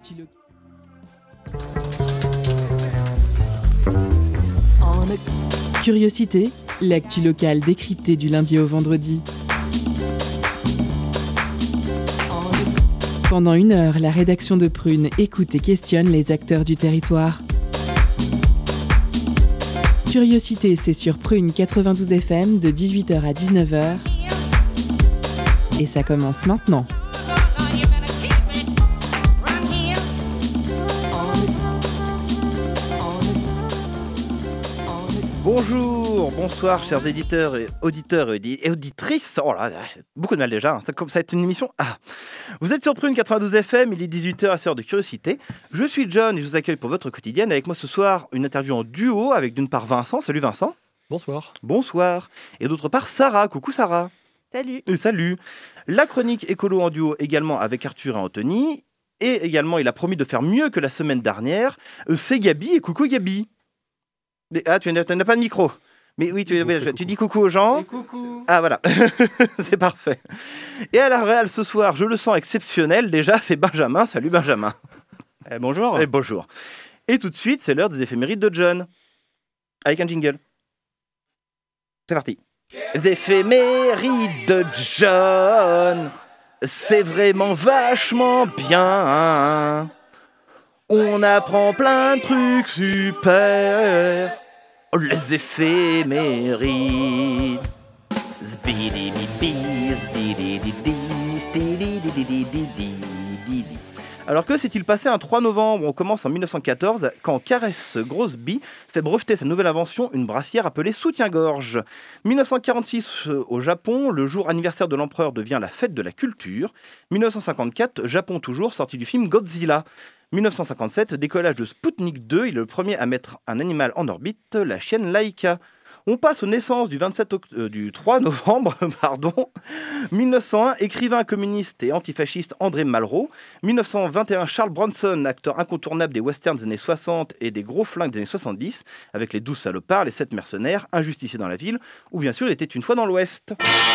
Curiosité, l'actu locale décryptée du lundi au vendredi. Pendant 1 heure, la rédaction de Prune écoute et questionne les acteurs du territoire. Curiosité, c'est sur Prune 92 FM de 18h à 19h. Et ça commence maintenant. Bonjour, bonsoir chers éditeurs et auditeurs et auditrices. Oh là, beaucoup de mal déjà, ça va être une émission. Vous êtes sur Prune 92 FM, il est 18h à cette heure de Curiosité. Je suis John et je vous accueille pour votre quotidienne. Avec moi ce soir, une interview en duo avec d'une part Vincent. Salut Vincent. Bonsoir. Bonsoir. Et d'autre part Sarah. Coucou Sarah. Salut. Salut. La chronique écolo en duo également avec Arthur et Anthony. Et également, il a promis de faire mieux que la semaine dernière. C'est Gabi et coucou Gabi. Tu n'as pas de micro. Mais oui, tu dis coucou aux gens. Coucou. Ah voilà, c'est parfait. Et à la réal ce soir, je le sens exceptionnel déjà, c'est Benjamin. Salut Benjamin. Bonjour. Et bonjour. Et tout de suite, c'est l'heure des éphémérides de John. Avec un jingle. C'est parti. Les éphémérides de John. C'est vraiment vachement bien. On apprend plein de trucs super. Les éphémérides. Alors que s'est-il passé un 3 novembre? On commence en 1914 quand Caresse Grosby fait breveter sa nouvelle invention, une brassière appelée soutien-gorge. 1946 au Japon, le jour anniversaire de l'empereur devient la fête de la culture. 1954, Japon toujours, sortie du film Godzilla. 1957, décollage de Sputnik 2, il est le premier à mettre un animal en orbite, la chienne Laika. On passe aux naissances du 3 novembre. 1901, écrivain communiste et antifasciste André Malraux. 1921, Charles Bronson, acteur incontournable des westerns des années 60 et des gros flingues des années 70, avec les 12 salopards, les 7 mercenaires, un justicier dans la ville, ou bien sûr, il était une fois dans l'Ouest.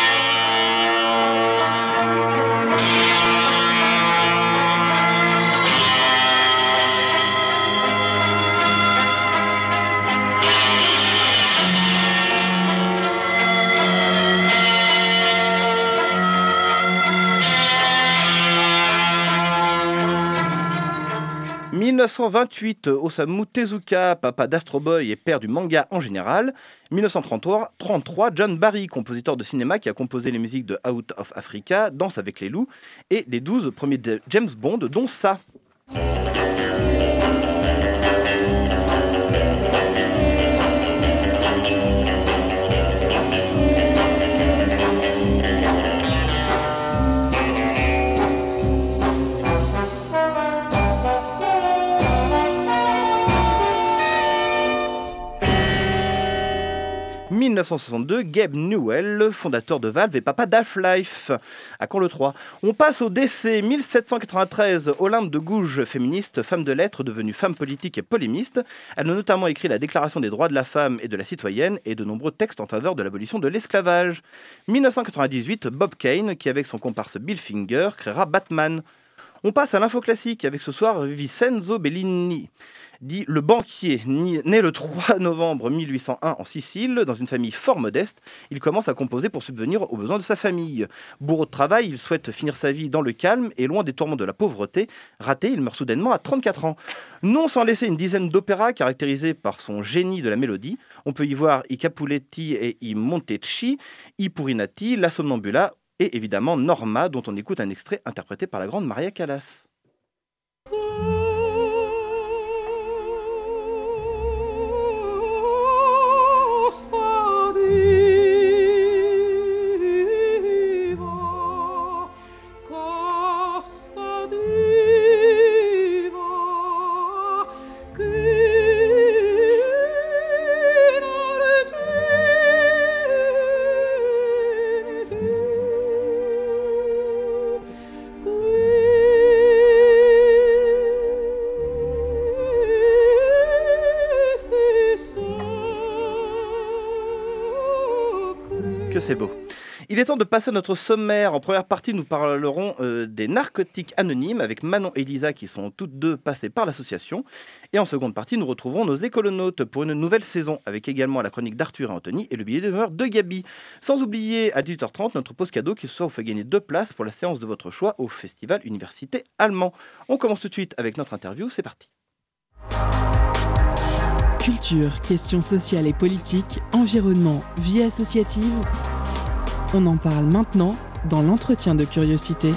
1928, Osamu Tezuka, papa d'Astro Boy et père du manga en général. 1933, John Barry, compositeur de cinéma qui a composé les musiques de Out of Africa, Danse avec les loups et des 12 premiers de James Bond, dont ça. 1962, Gabe Newell, fondateur de Valve et papa d'Half-Life. À quand le 3 ? On passe au décès 1793, Olympe de Gouges, féministe, femme de lettres, devenue femme politique et polémiste. Elle a notamment écrit la Déclaration des droits de la femme et de la citoyenne et de nombreux textes en faveur de l'abolition de l'esclavage. 1998, Bob Kane, qui avec son comparse Bill Finger, créera Batman. On passe à l'info classique avec ce soir Vincenzo Bellini, dit le banquier, né le 3 novembre 1801 en Sicile, dans une famille fort modeste. Il commence à composer pour subvenir aux besoins de sa famille. Bourreau de travail, il souhaite finir sa vie dans le calme et loin des tourments de la pauvreté. Raté, il meurt soudainement à 34 ans. Non sans laisser une dizaine d'opéras caractérisés par son génie de la mélodie. On peut y voir I Capuletti et I Montecchi, I Purinati, La Somnambula et évidemment Norma, dont on écoute un extrait interprété par la grande Maria Callas. C'est beau. Il est temps de passer à notre sommaire. En première partie, nous parlerons des narcotiques anonymes avec Manon et Lisa qui sont toutes deux passées par l'association. Et en seconde partie, nous retrouverons nos écolonautes pour une nouvelle saison avec également la chronique d'Arthur et Anthony et le billet d'humeur de Gabi. Sans oublier à 18h30 notre pause cadeau qui ce soir vous fait gagner 2 places pour la séance de votre choix au Festival Université Allemand. On commence tout de suite avec notre interview. C'est parti. Culture, questions sociales et politiques, environnement, vie associative. On en parle maintenant dans l'entretien de curiosité.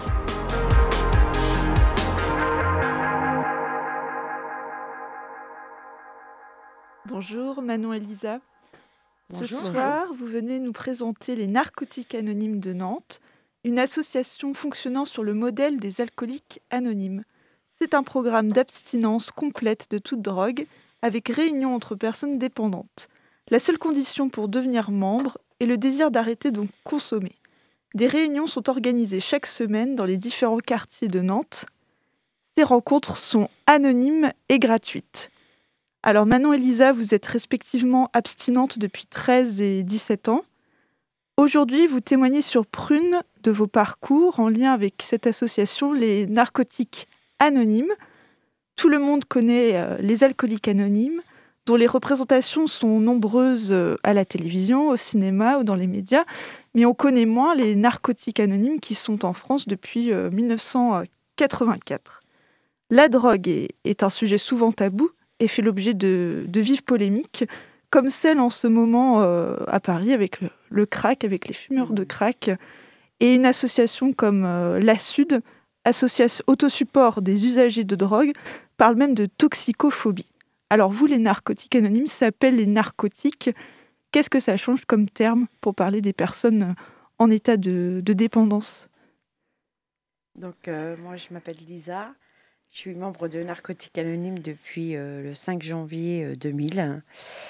Bonjour Manon et Lisa. Bonjour. Ce soir, vous venez nous présenter les Narcotiques Anonymes de Nantes, une association fonctionnant sur le modèle des alcooliques anonymes. C'est un programme d'abstinence complète de toute drogue, avec réunion entre personnes dépendantes. La seule condition pour devenir membre est le désir d'arrêter de consommer. Des réunions sont organisées chaque semaine dans les différents quartiers de Nantes. Ces rencontres sont anonymes et gratuites. Alors Manon et Lisa, vous êtes respectivement abstinentes depuis 13 et 17 ans. Aujourd'hui, vous témoignez sur Prune de vos parcours en lien avec cette association, les Narcotiques Anonymes. Tout le monde connaît les alcooliques anonymes, dont les représentations sont nombreuses à la télévision, au cinéma ou dans les médias, mais on connaît moins les narcotiques anonymes qui sont en France depuis 1984. La drogue est un sujet souvent tabou et fait l'objet de vives polémiques, comme celle en ce moment à Paris avec le crack, avec les fumeurs de crack, et une association comme la SUD, Association Autosupport des usagers de drogue, parle même de toxicophobie. Alors vous, les narcotiques anonymes s'appellent les narcotiques. Qu'est-ce que ça change comme terme pour parler des personnes en état de dépendance ? Donc moi je m'appelle Lisa, je suis membre de Narcotiques Anonymes depuis le 5 janvier 2001.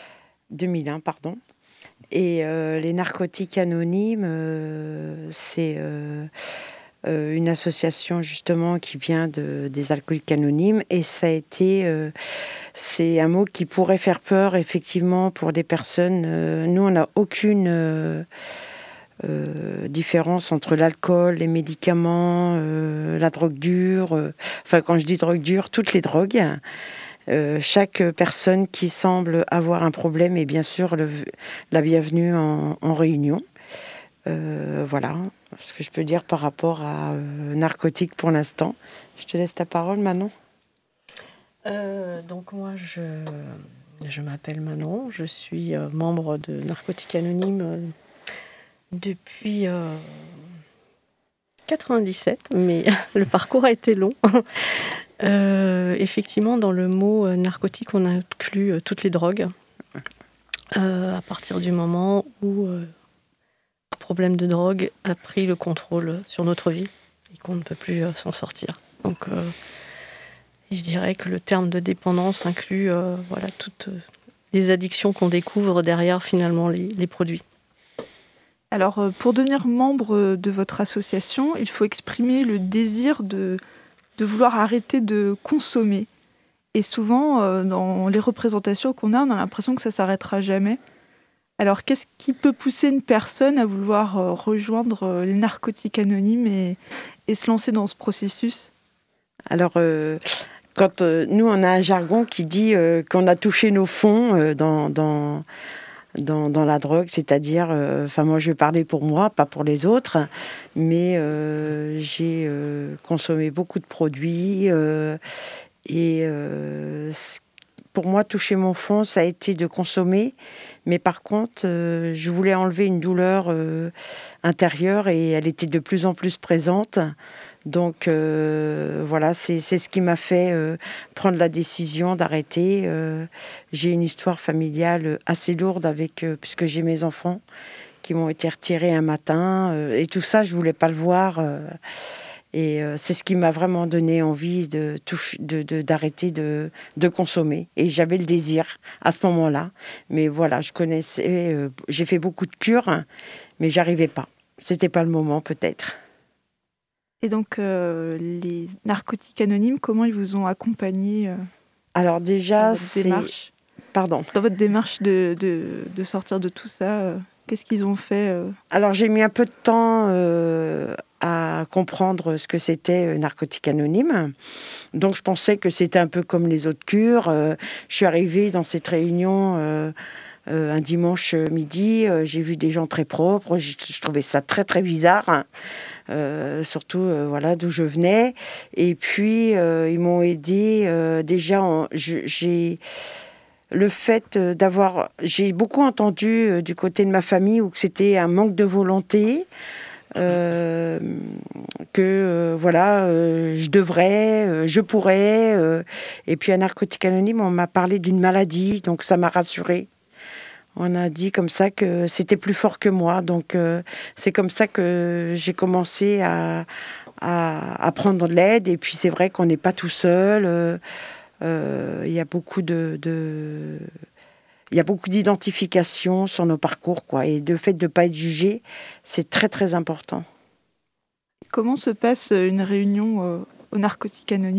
Et les Narcotiques Anonymes, c'est une association justement qui vient des alcooliques anonymes, et ça a été, c'est un mot qui pourrait faire peur effectivement pour des personnes. Nous on n'a aucune différence entre l'alcool, les médicaments, la drogue dure, enfin quand je dis drogue dure, toutes les drogues. Chaque personne qui semble avoir un problème est bien sûr la bienvenue en réunion. Voilà ce que je peux dire par rapport à narcotiques pour l'instant. Je te laisse ta parole, Manon. Donc moi, je m'appelle Manon, je suis membre de Narcotiques Anonymes depuis 97, mais le parcours a été long. Effectivement, dans le mot narcotique, on inclut toutes les drogues. À partir du moment où un problème de drogue a pris le contrôle sur notre vie et qu'on ne peut plus s'en sortir. Donc, je dirais que le terme de dépendance inclut toutes les addictions qu'on découvre derrière finalement les produits. Alors, pour devenir membre de votre association, il faut exprimer le désir de vouloir arrêter de consommer. Et souvent, dans les représentations qu'on a, on a l'impression que ça ne s'arrêtera jamais. Alors, qu'est-ce qui peut pousser une personne à vouloir rejoindre les narcotiques anonymes et se lancer dans ce processus ? Alors, quand nous, on a un jargon qui dit qu'on a touché nos fonds dans la drogue, c'est-à-dire, moi je vais parler pour moi, pas pour les autres, mais j'ai consommé beaucoup de produits et pour moi, toucher mon fond, ça a été de consommer, mais par contre, je voulais enlever une douleur intérieure et elle était de plus en plus présente. Donc voilà, c'est ce qui m'a fait prendre la décision d'arrêter. J'ai une histoire familiale assez lourde puisque j'ai mes enfants qui m'ont été retirés un matin et tout ça, je voulais pas le voir. Et c'est ce qui m'a vraiment donné envie d'arrêter de consommer. Et j'avais le désir à ce moment-là. Mais voilà, j'ai fait beaucoup de cures, mais j'arrivais pas. C'était pas le moment peut-être. Et donc, les narcotiques anonymes, comment ils vous ont accompagné Alors déjà, dans votre démarche Pardon. Dans votre démarche de sortir de tout ça Qu'est-ce qu'ils ont fait Alors, j'ai mis un peu de temps à comprendre ce que c'était Narcotique Anonyme. Donc, je pensais que c'était un peu comme les autres cures. Je suis arrivée dans cette réunion un dimanche midi. J'ai vu des gens très propres. Je trouvais ça très, très bizarre. Surtout voilà, d'où je venais. Et puis, ils m'ont aidé. Déjà, j'ai... Le fait d'avoir... J'ai beaucoup entendu du côté de ma famille où que c'était un manque de volonté, voilà, je devrais, je pourrais. Et puis à Narcotique Anonyme, on m'a parlé d'une maladie, donc ça m'a rassurée. On a dit comme ça que c'était plus fort que moi. Donc c'est comme ça que j'ai commencé à prendre de l'aide. Et puis c'est vrai qu'on n'est pas tout seul. Il y a beaucoup il y a beaucoup d'identification sur nos parcours, quoi. Et le fait de ne pas être jugé, c'est très, très important. Comment se passe une réunion au Narcotique Anonyme ?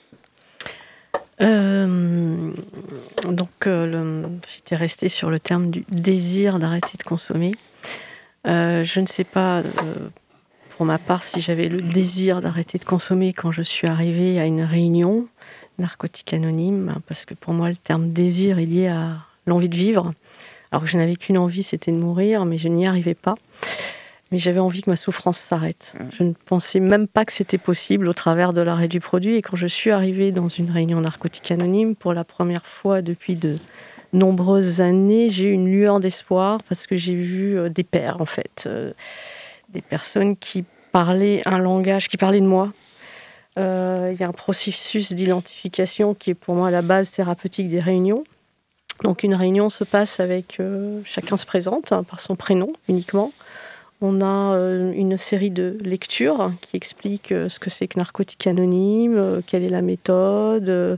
J'étais restée sur le terme du désir d'arrêter de consommer. Je ne sais pas, pour ma part, si j'avais le désir d'arrêter de consommer quand je suis arrivée à une réunion Narcotique Anonyme, parce que pour moi, le terme désir est lié à l'envie de vivre. Alors que je n'avais qu'une envie, c'était de mourir, mais je n'y arrivais pas. Mais j'avais envie que ma souffrance s'arrête. Je ne pensais même pas que c'était possible au travers de l'arrêt du produit. Et quand je suis arrivée dans une réunion Narcotique Anonyme, pour la première fois depuis de nombreuses années, j'ai eu une lueur d'espoir parce que j'ai vu des pairs, en fait. Des personnes qui parlaient un langage, qui parlaient de moi. Il y a un processus d'identification qui est pour moi la base thérapeutique des réunions. Donc une réunion se passe avec... chacun se présente par son prénom uniquement. On a une série de lectures qui expliquent ce que c'est que Narcotique Anonyme, quelle est la méthode,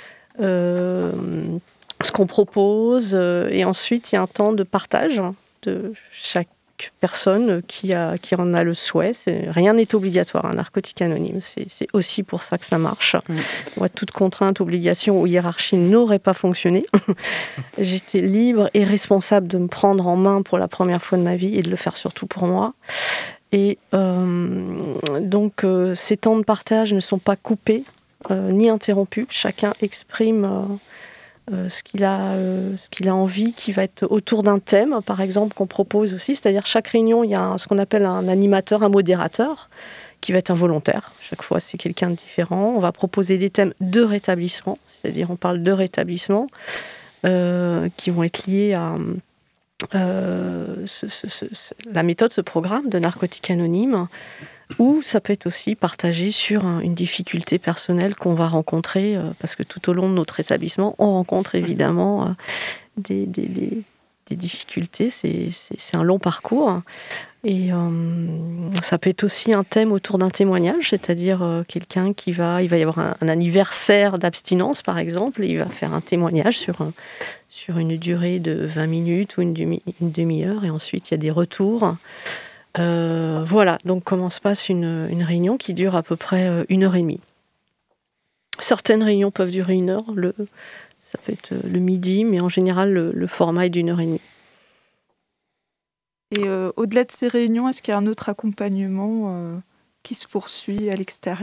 ce qu'on propose. Et ensuite, il y a un temps de partage de chaque personne qui en a le souhait. Rien n'est obligatoire, un Narcotique Anonyme. C'est aussi pour ça que ça marche. Moi, toute contrainte, obligation ou hiérarchie n'aurait pas fonctionné. J'étais libre et responsable de me prendre en main pour la première fois de ma vie et de le faire surtout pour moi. Et donc, ces temps de partage ne sont pas coupés ni interrompus. Chacun exprime ce qu'il a envie, qui va être autour d'un thème, par exemple, qu'on propose aussi. C'est-à-dire, chaque réunion, il y a ce qu'on appelle un animateur, un modérateur, qui va être un volontaire. Chaque fois, c'est quelqu'un de différent. On va proposer des thèmes de rétablissement, c'est-à-dire, on parle de rétablissement, qui vont être liés à la méthode, ce programme de Narcotique Anonyme, ou ça peut être aussi partagé sur une difficulté personnelle qu'on va rencontrer, parce que tout au long de notre établissement, on rencontre évidemment des difficultés, c'est un long parcours. Et ça peut être aussi un thème autour d'un témoignage, c'est-à-dire quelqu'un il va y avoir un anniversaire d'abstinence, par exemple, et il va faire un témoignage sur une durée de 20 minutes ou une demi-heure, et ensuite il y a des retours. Voilà, donc comment se passe une réunion qui dure à peu près 1h30. Certaines réunions peuvent durer 1 heure, ça peut être le midi, mais en général le format est d'1h30. Et au-delà de ces réunions, est-ce qu'il y a un autre accompagnement qui se poursuit à l'extérieur ?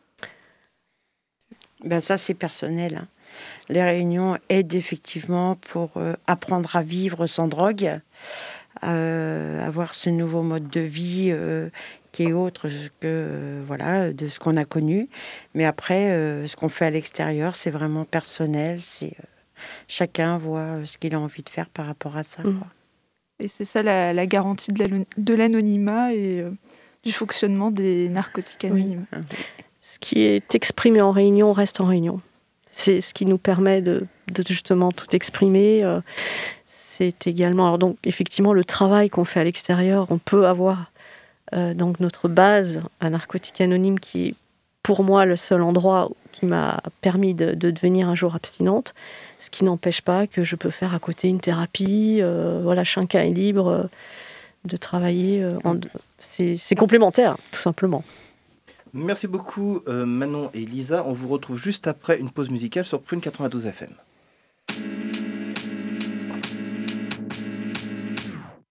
Ben ça, c'est personnel. Les réunions aident effectivement pour apprendre à vivre sans drogue, avoir ce nouveau mode de vie qui est autre que voilà, de ce qu'on a connu. Mais après, ce qu'on fait à l'extérieur, c'est vraiment personnel. Chacun voit ce qu'il a envie de faire par rapport à ça, quoi. Et c'est ça la garantie de l'anonymat et du fonctionnement des Narcotiques Anonymes. Oui. Ce qui est exprimé en réunion reste en réunion. C'est ce qui nous permet de justement tout exprimer. C'est également, alors donc effectivement, le travail qu'on fait à l'extérieur, on peut avoir donc notre base à Narcotique Anonyme qui est pour moi le seul endroit qui m'a permis de devenir un jour abstinente, ce qui n'empêche pas que je peux faire à côté une thérapie. Voilà, chacun est libre de travailler. C'est complémentaire, tout simplement. Merci beaucoup Manon et Lisa. On vous retrouve juste après une pause musicale sur Prune 92 FM.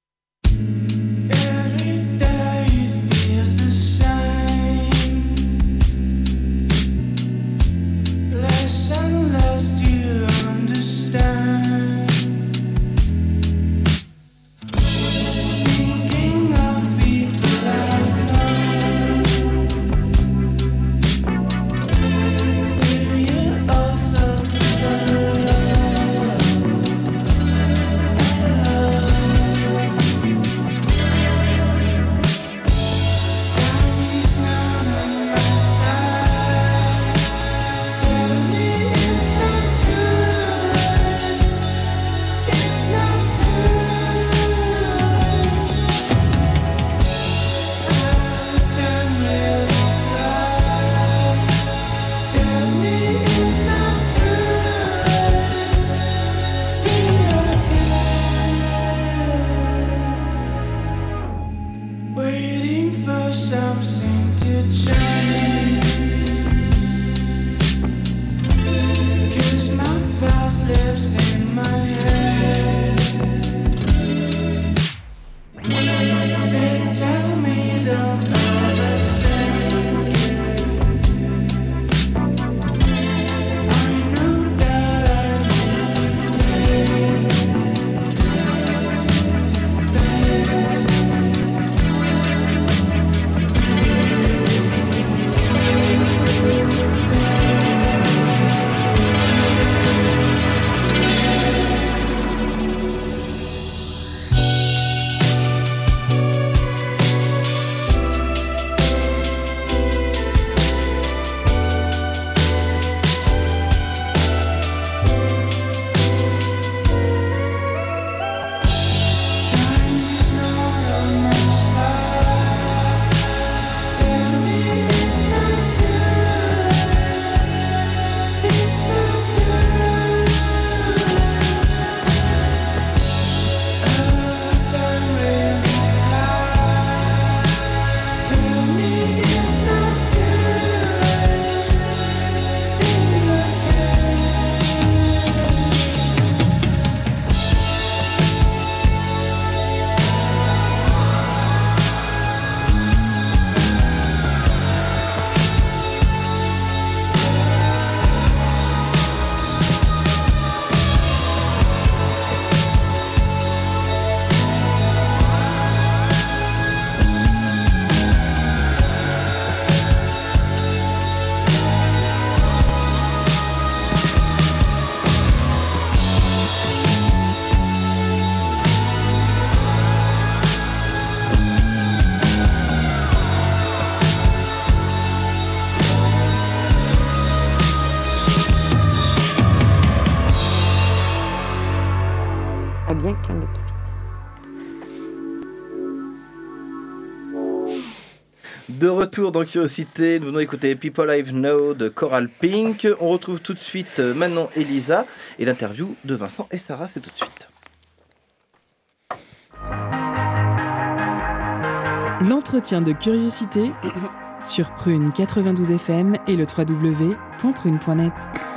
bien qu'il y en ait qui. De retour dans Curiosité, nous venons écouter People I Know de Coral Pink. On retrouve tout de suite Manon et Lisa et l'interview de Vincent et Sarah, c'est tout de suite. L'entretien de Curiosité sur Prune 92 FM et le www.prune.net.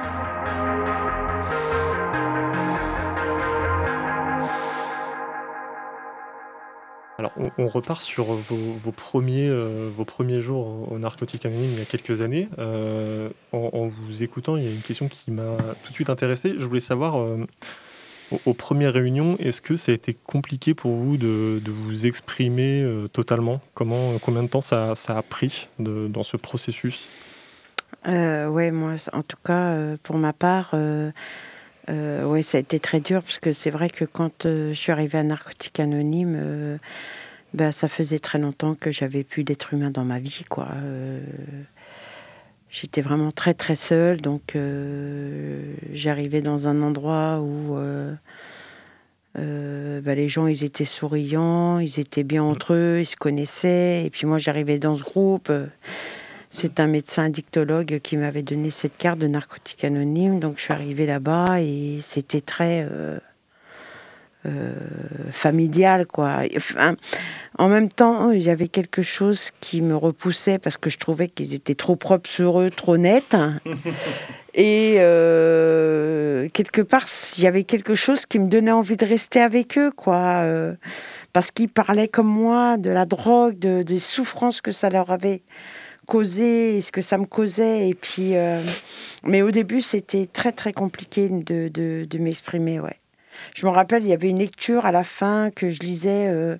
Alors, on repart sur vos premiers jours au Narcotique Anonyme il y a quelques années. En vous écoutant, il y a une question qui m'a tout de suite intéressé. Je voulais savoir, aux premières réunions, est-ce que ça a été compliqué pour vous de vous exprimer totalement ? Combien de temps ça a pris dans ce processus ? Ouais, moi, en tout cas, pour ma part, ouais, ça a été très dur parce que c'est vrai que quand je suis arrivée à Narcotique Anonyme, ça faisait très longtemps que j'avais plus d'être humain dans ma vie, quoi. J'étais vraiment très très seule, donc j'arrivais dans un endroit où les gens ils étaient souriants, ils étaient bien entre eux, ils se connaissaient, et puis moi j'arrivais dans ce groupe. C'est un médecin addictologue qui m'avait donné cette carte de Narcotique Anonyme, donc je suis arrivée là-bas et c'était très familial, quoi. Enfin, en même temps, il y avait quelque chose qui me repoussait parce que je trouvais qu'ils étaient trop propres sur eux, trop nets. Et quelque part, il y avait quelque chose qui me donnait envie de rester avec eux, quoi. Parce qu'ils parlaient comme moi de la drogue, des souffrances que ça leur avait causé et ce que ça me causait. Et puis, mais au début, c'était très très compliqué de m'exprimer, ouais. Je me rappelle, il y avait une lecture à la fin que je lisais.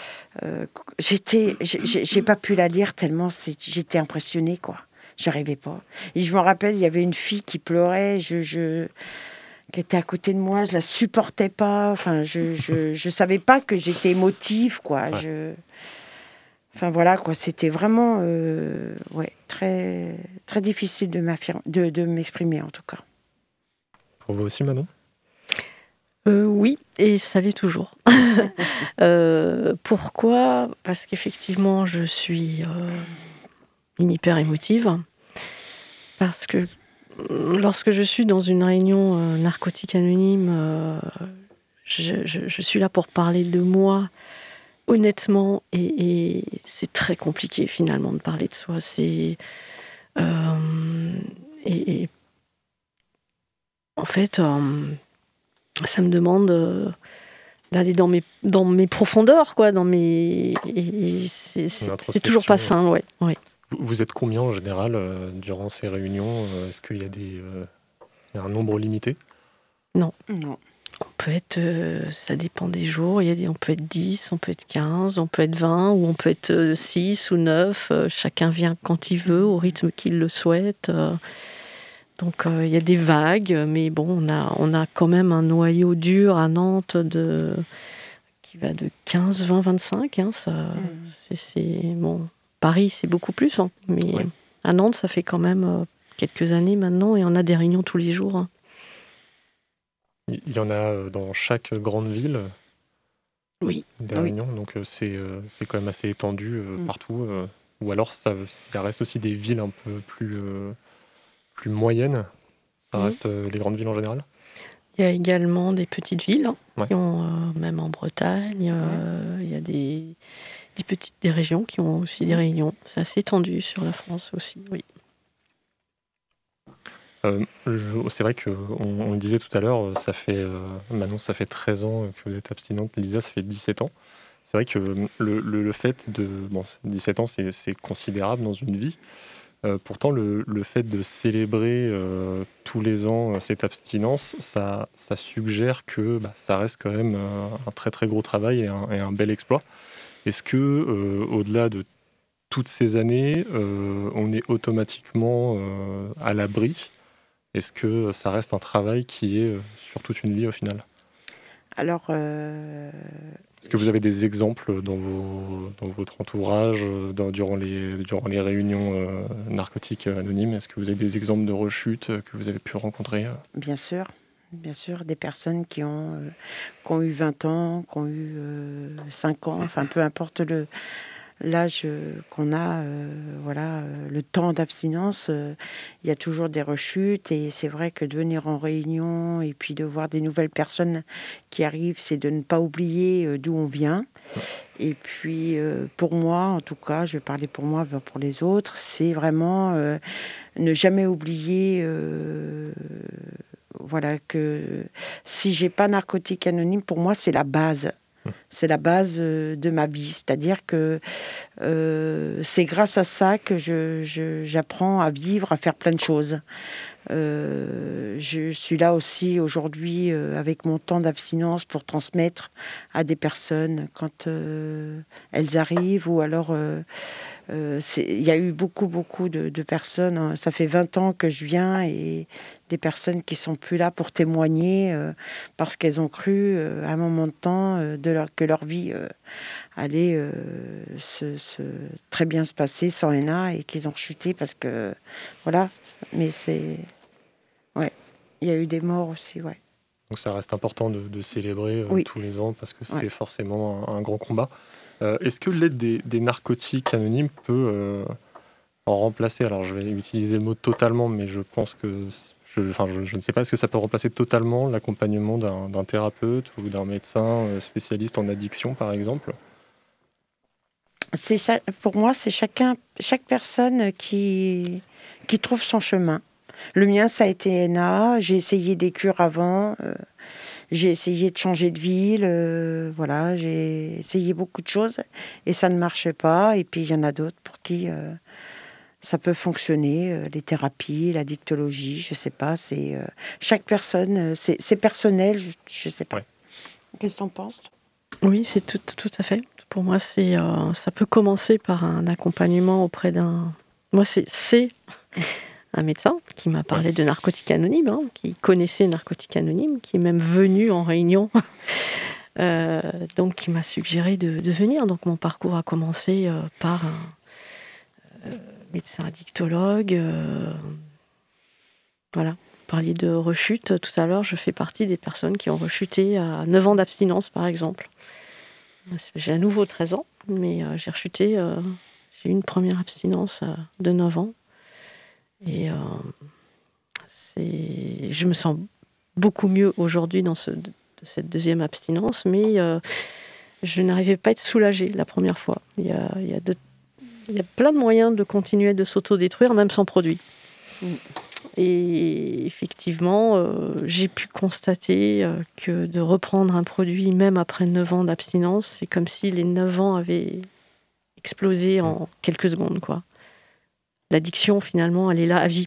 J'ai pas pu la lire tellement j'étais impressionnée, quoi. J'arrivais pas. Et je me rappelle, il y avait une fille qui pleurait, qui était à côté de moi, je la supportais pas. Enfin, je savais pas que j'étais émotive, quoi. Ouais. Enfin voilà, quoi. C'était vraiment, très très difficile de m'exprimer, en tout cas. Pour vous aussi, Manon ? Oui, et ça l'est toujours. Pourquoi ? Parce qu'effectivement, je suis une hyper émotive. Parce que lorsque je suis dans une réunion Narcotique Anonyme, je suis là pour parler de moi honnêtement, et c'est très compliqué finalement de parler de soi. Et en fait, ça me demande d'aller dans mes profondeurs, quoi, c'est toujours pas simple, ouais. Vous êtes combien en général durant ces réunions ? Est-ce qu'il y a il y a un nombre limité ? Non. On peut être, ça dépend des jours, on peut être 10, on peut être 15, on peut être 20, ou on peut être 6 ou 9, chacun vient quand il veut, au rythme qu'il le souhaite. Donc il y a des vagues, mais bon, on a quand même un noyau dur à Nantes qui va de 15, 20, 25. Bon, Paris, c'est beaucoup plus, hein, mais ouais. À Nantes, ça fait quand même quelques années maintenant, et on a des réunions tous les jours. Hein. Il y en a dans chaque grande ville. Oui. Des réunions, donc c'est quand même assez étendu partout. Ou alors ça reste aussi des villes un peu plus moyennes. Ça reste les grandes villes en général. Il y a également des petites villes qui ont, même en Bretagne, il y a des régions qui ont aussi des réunions. C'est assez étendu sur la France aussi, oui. C'est vrai qu'on le disait tout à l'heure, Manon, ça fait 13 ans que vous êtes abstinente, Lisa, ça fait 17 ans. C'est vrai que le fait de... Bon, 17 ans, c'est considérable dans une vie. Pourtant, le fait de célébrer tous les ans cette abstinence, ça suggère que ça reste quand même un très très gros travail et un bel exploit. Est-ce que, au-delà de toutes ces années, on est automatiquement à l'abri ? Est-ce que ça reste un travail qui est sur toute une vie au final ? Alors, est-ce que vous avez des exemples dans votre entourage durant les réunions narcotiques anonymes ? Est-ce que vous avez des exemples de rechutes que vous avez pu rencontrer ? Bien sûr. bien sûr, des personnes qui ont eu 20 ans, qui ont eu 5 ans, enfin peu importe l'âge qu'on a, le temps d'abstinence, il y a toujours des rechutes et c'est vrai que de venir en réunion et puis de voir des nouvelles personnes qui arrivent, c'est de ne pas oublier d'où on vient. Et puis pour moi, en tout cas, je vais parler pour moi, pour les autres, c'est vraiment ne jamais oublier que si j'ai pas Narcotique Anonyme, pour moi c'est la base. C'est la base de ma vie, c'est-à-dire que c'est grâce à ça que j'apprends à vivre, à faire plein de choses. Je suis là aussi aujourd'hui avec mon temps d'abstinence pour transmettre à des personnes quand elles arrivent ou alors il y a eu beaucoup de personnes, hein. Ça fait 20 ans que je viens et des personnes qui sont plus là pour témoigner parce qu'elles ont cru à un moment de temps que leur vie allait très bien se passer sans ENA et qu'ils ont chuté parce que voilà. Mais il y a eu des morts aussi, ouais. Donc ça reste important de célébrer Oui. tous les ans parce que c'est forcément un grand combat. Est-ce que l'aide des narcotiques anonymes peut en remplacer, alors je vais utiliser le mot totalement, mais je pense que, je ne sais pas, est-ce que ça peut remplacer totalement l'accompagnement d'un thérapeute ou d'un médecin spécialiste en addiction, par exemple ? Pour moi, c'est chaque personne qui trouve son chemin. Le mien, ça a été ENA. J'ai essayé des cures avant. J'ai essayé de changer de ville. J'ai essayé beaucoup de choses et ça ne marchait pas. Et puis, il y en a d'autres pour qui ça peut fonctionner. Les thérapies, la dictologie, je ne sais pas. C'est chaque personne, c'est personnel. Je ne sais pas. Ouais. Qu'est-ce que tu en penses ? Oui, c'est tout à fait. Pour moi, ça peut commencer par un accompagnement auprès d'un... Moi, c'est un médecin qui m'a parlé de Narcotique Anonyme, hein, qui connaissait Narcotique Anonyme, qui est même venu en réunion, donc qui m'a suggéré de venir. Donc mon parcours a commencé par un médecin addictologue. Voilà. Vous parliez de rechute tout à l'heure, je fais partie des personnes qui ont rechuté à 9 ans d'abstinence, par exemple. J'ai à nouveau 13 ans, mais j'ai rechuté, j'ai eu une première abstinence de 9 ans. Et je me sens beaucoup mieux aujourd'hui de cette deuxième abstinence, mais je n'arrivais pas à être soulagée la première fois. Il y a plein de moyens de continuer de s'autodétruire, même sans produit. Et effectivement, j'ai pu constater que de reprendre un produit, même après 9 ans d'abstinence, c'est comme si les 9 ans avaient explosé en quelques secondes, quoi. L'addiction, finalement, elle est là à vie.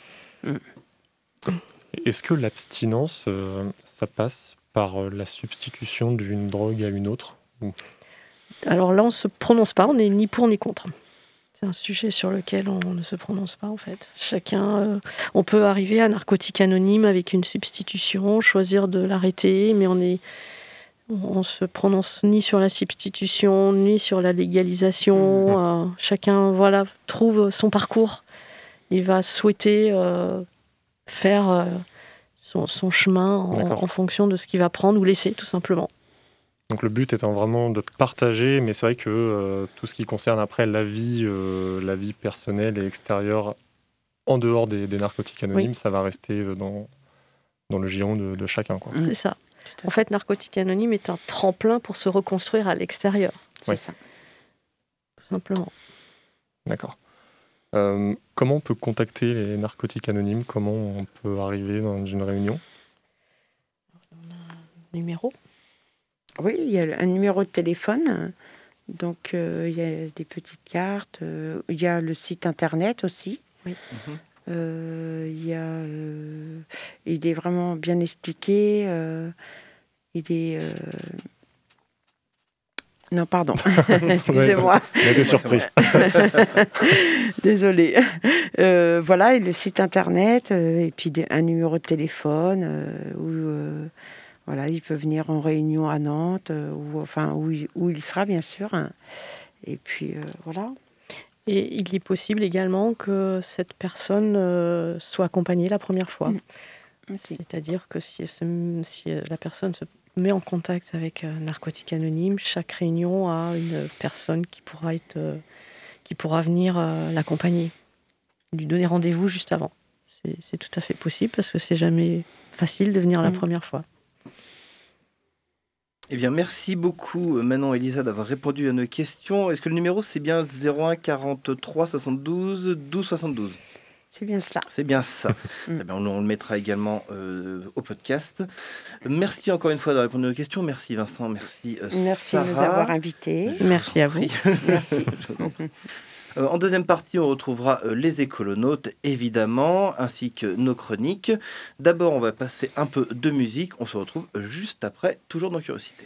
Est-ce que l'abstinence, ça passe par la substitution d'une drogue à une autre ? Alors là, on ne se prononce pas, on n'est ni pour ni contre. C'est un sujet sur lequel on ne se prononce pas, en fait. Chacun, on peut arriver à Narcotique Anonyme avec une substitution, choisir de l'arrêter, mais on se prononce ni sur la substitution, ni sur la légalisation. Chacun, trouve son parcours. Il va souhaiter faire son chemin en fonction de ce qu'il va prendre ou laisser, tout simplement. Donc le but étant vraiment de partager, mais c'est vrai que tout ce qui concerne après la vie personnelle et extérieure, en dehors des narcotiques anonymes, ça va rester dans le giron de chacun, quoi. C'est ça. En fait, Narcotique Anonyme est un tremplin pour se reconstruire à l'extérieur. C'est ça. Tout simplement. D'accord. Comment on peut contacter les narcotiques anonymes ? Comment on peut arriver dans une réunion ? On a un numéro. Oui, il y a un numéro de téléphone. Donc, il y a des petites cartes. Il y a le site internet aussi. Oui. Il est vraiment bien expliqué. Non, pardon. Excusez-moi. J'étais surpris. Désolée. Et le site internet, et puis un numéro de téléphone où il peut venir en réunion à Nantes, où il sera, bien sûr. Et puis, voilà. Et il est possible également que cette personne soit accompagnée la première fois. C'est-à-dire que si la personne se met en contact avec Narcotique Anonyme, chaque réunion a une personne qui pourra venir l'accompagner, lui donner rendez-vous juste avant. C'est tout à fait possible parce que c'est jamais facile de venir la première fois. Eh bien, merci beaucoup Manon et Elisa d'avoir répondu à nos questions. Est-ce que le numéro c'est bien 01 43 72 12 72 ? C'est bien cela. C'est bien ça. Eh bien, on le mettra également au podcast. Merci encore une fois d'avoir répondu à nos questions. Merci Vincent, merci Merci Sarah. de nous avoir invités. Merci à vous. Merci. Je vous en prie. En deuxième partie, on retrouvera les écolonautes, évidemment, ainsi que nos chroniques. D'abord, on va passer un peu de musique. On se retrouve juste après, toujours dans Curiosité.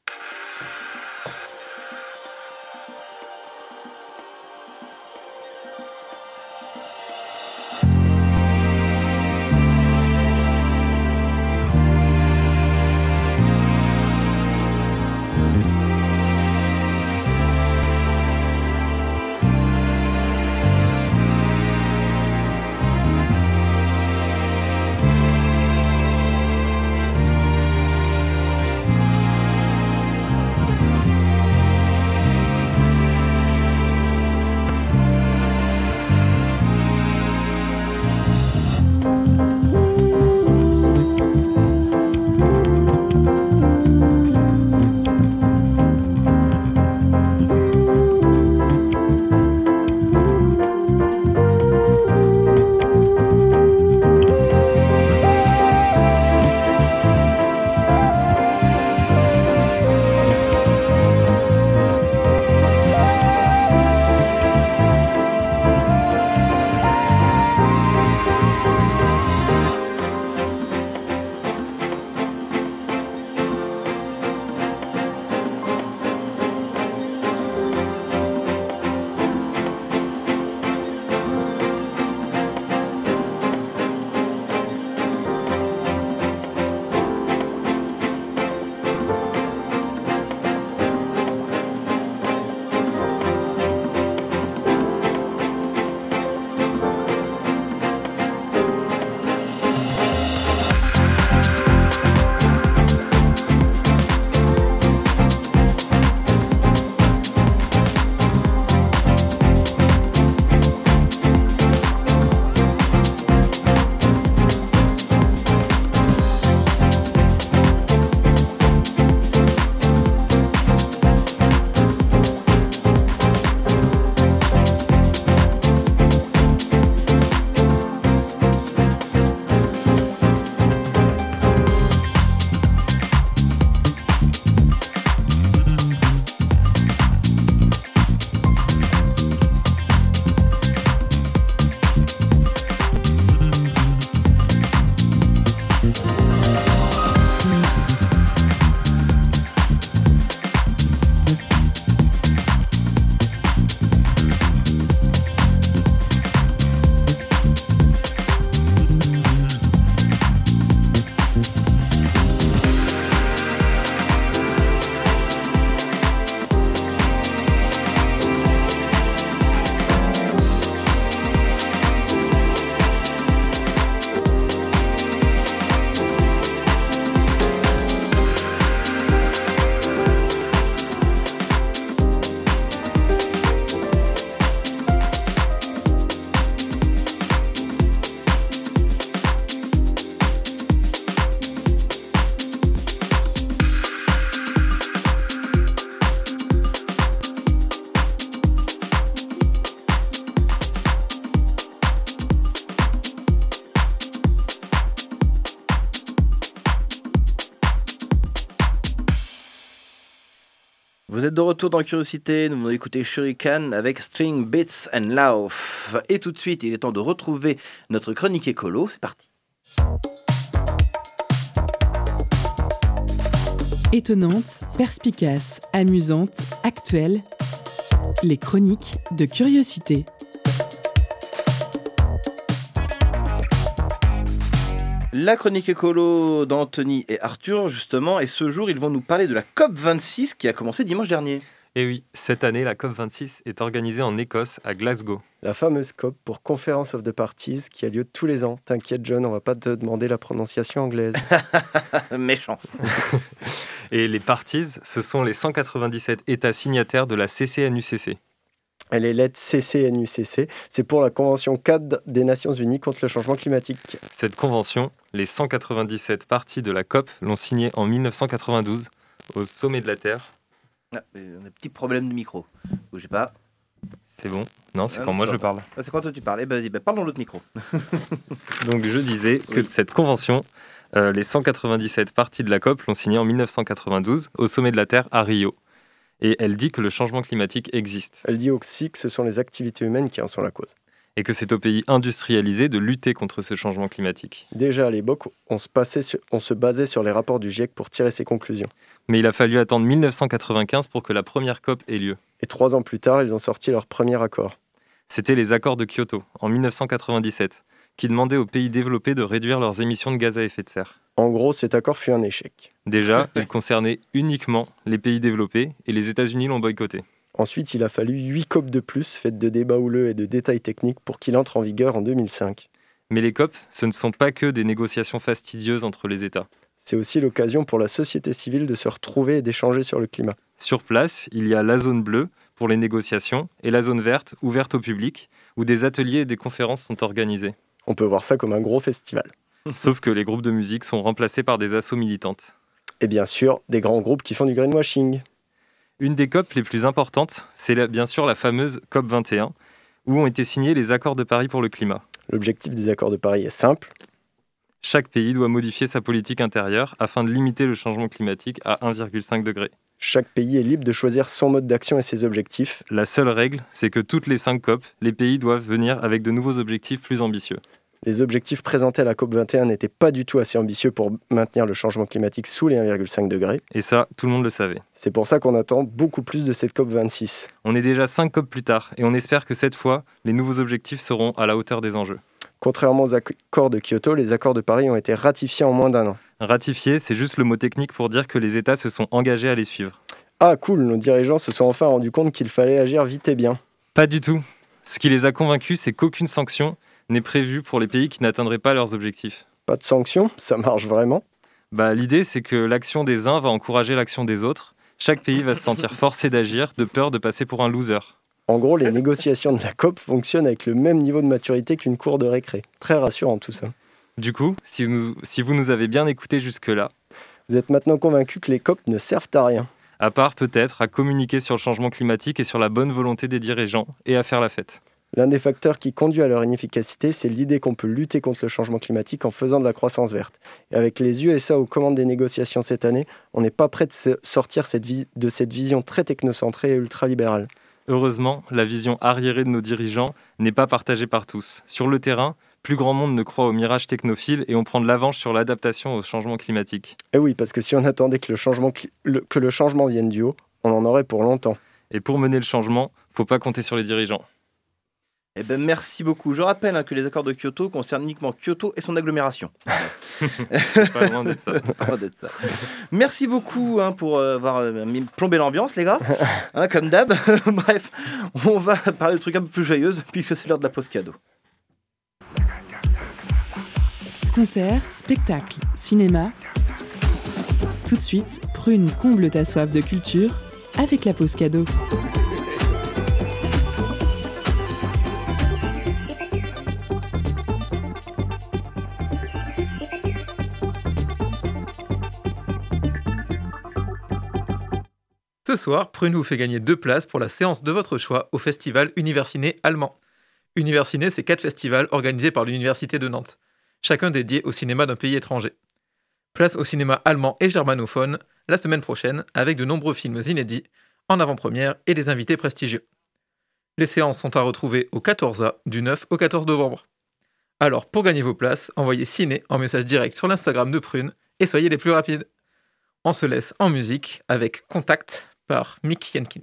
Vous êtes de retour dans Curiosité, nous venons d'écouter Shuriken avec String, Bits and Lauf. Et tout de suite, il est temps de retrouver notre chronique écolo, c'est parti. Étonnante, perspicace, amusante, actuelle, les chroniques de Curiosité. La chronique écolo d'Anthony et Arthur, justement, et ce jour, ils vont nous parler de la COP26 qui a commencé dimanche dernier. Et oui, cette année, la COP26 est organisée en Écosse, à Glasgow. La fameuse COP pour Conference of the Parties qui a lieu tous les ans. T'inquiète John, on va pas te demander la prononciation anglaise. Méchant. Et les parties, ce sont les 197 États signataires de la CCNUCC. Elle est lettre CCNUCC, c'est pour la Convention cadre des Nations Unies contre le changement climatique. Cette convention, les 197 parties de la COP l'ont signée en 1992 au sommet de la Terre. Ah, on a un petit problème de micro. Bougez pas. C'est bon? Non, c'est Ah, quand non, moi c'est je pas parle. Ah, c'est quand toi tu parles. Vas-y, parle dans l'autre micro. Donc je disais que cette convention, les 197 parties de la COP l'ont signée en 1992 au sommet de la Terre à Rio. Et elle dit que le changement climatique existe. Elle dit aussi que ce sont les activités humaines qui en sont la cause. Et que c'est aux pays industrialisés de lutter contre ce changement climatique. Déjà à l'époque, on se basait sur les rapports du GIEC pour tirer ses conclusions. Mais il a fallu attendre 1995 pour que la première COP ait lieu. Et 3 ans plus tard, ils ont sorti leur premier accord. C'était les accords de Kyoto, en 1997, qui demandaient aux pays développés de réduire leurs émissions de gaz à effet de serre. En gros, cet accord fut un échec. Déjà, il concernait uniquement les pays développés et les États-Unis l'ont boycotté. Ensuite, il a fallu 8 COP de plus, faites de débats houleux et de détails techniques, pour qu'il entre en vigueur en 2005. Mais les COP, ce ne sont pas que des négociations fastidieuses entre les États. C'est aussi l'occasion pour la société civile de se retrouver et d'échanger sur le climat. Sur place, il y a la zone bleue pour les négociations et la zone verte, ouverte au public, où des ateliers et des conférences sont organisés. On peut voir ça comme un gros festival. Sauf que les groupes de musique sont remplacés par des assos militantes. Et bien sûr, des grands groupes qui font du greenwashing. Une des COP les plus importantes, c'est bien sûr la fameuse COP 21, où ont été signés les accords de Paris pour le climat. L'objectif des accords de Paris est simple. Chaque pays doit modifier sa politique intérieure afin de limiter le changement climatique à 1,5 degré. Chaque pays est libre de choisir son mode d'action et ses objectifs. La seule règle, c'est que toutes les 5 COP, les pays doivent venir avec de nouveaux objectifs plus ambitieux. Les objectifs présentés à la COP 21 n'étaient pas du tout assez ambitieux pour maintenir le changement climatique sous les 1,5 degrés. Et ça, tout le monde le savait. C'est pour ça qu'on attend beaucoup plus de cette COP 26. On est déjà 5 COP plus tard et on espère que cette fois, les nouveaux objectifs seront à la hauteur des enjeux. Contrairement aux accords de Kyoto, les accords de Paris ont été ratifiés en moins d'1 an. Ratifier, c'est juste le mot technique pour dire que les États se sont engagés à les suivre. Ah cool, nos dirigeants se sont enfin rendus compte qu'il fallait agir vite et bien. Pas du tout. Ce qui les a convaincus, c'est qu'aucune sanction n'est prévue pour les pays qui n'atteindraient pas leurs objectifs. Pas de sanctions, ça marche vraiment. L'idée, c'est que l'action des uns va encourager l'action des autres. Chaque pays va se sentir forcé d'agir, de peur de passer pour un loser. En gros, les négociations de la COP fonctionnent avec le même niveau de maturité qu'une cour de récré. Très rassurant tout ça. Du coup, si vous nous avez bien écoutés jusque-là, vous êtes maintenant convaincus que les COP ne servent à rien. À part peut-être à communiquer sur le changement climatique et sur la bonne volonté des dirigeants et à faire la fête. L'un des facteurs qui conduit à leur inefficacité, c'est l'idée qu'on peut lutter contre le changement climatique en faisant de la croissance verte. Et avec les USA aux commandes des négociations cette année, on n'est pas prêt de sortir de cette vision très technocentrée et ultralibérale. Heureusement, la vision arriérée de nos dirigeants n'est pas partagée par tous. Sur le terrain, plus grand monde ne croit au mirage technophile et on prend de l'avance sur l'adaptation au changement climatique. Et oui, parce que si on attendait que le changement vienne du haut, on en aurait pour longtemps. Et pour mener le changement, faut pas compter sur les dirigeants. Eh ben, merci beaucoup. Je rappelle que les accords de Kyoto concernent uniquement Kyoto et son agglomération. C'est pas loin d'être ça. Merci beaucoup pour avoir plombé l'ambiance, les gars. Comme d'hab. Bref, on va parler de trucs un peu plus joyeux puisque c'est l'heure de la pause cadeau. Concert, spectacle, cinéma. Tout de suite, Prune comble ta soif de culture avec la pause cadeau. Ce soir, Prune vous fait gagner 2 places pour la séance de votre choix au festival Universiné allemand. Universiné, c'est 4 festivals organisés par l'Université de Nantes, chacun dédié au cinéma d'un pays étranger. Place au cinéma allemand et germanophone la semaine prochaine avec de nombreux films inédits, en avant-première et des invités prestigieux. Les séances sont à retrouver au 14A du 9 au 14 novembre. Alors pour gagner vos places, envoyez ciné en message direct sur l'Instagram de Prune et soyez les plus rapides. On se laisse en musique avec Contact par Mick Jenkins.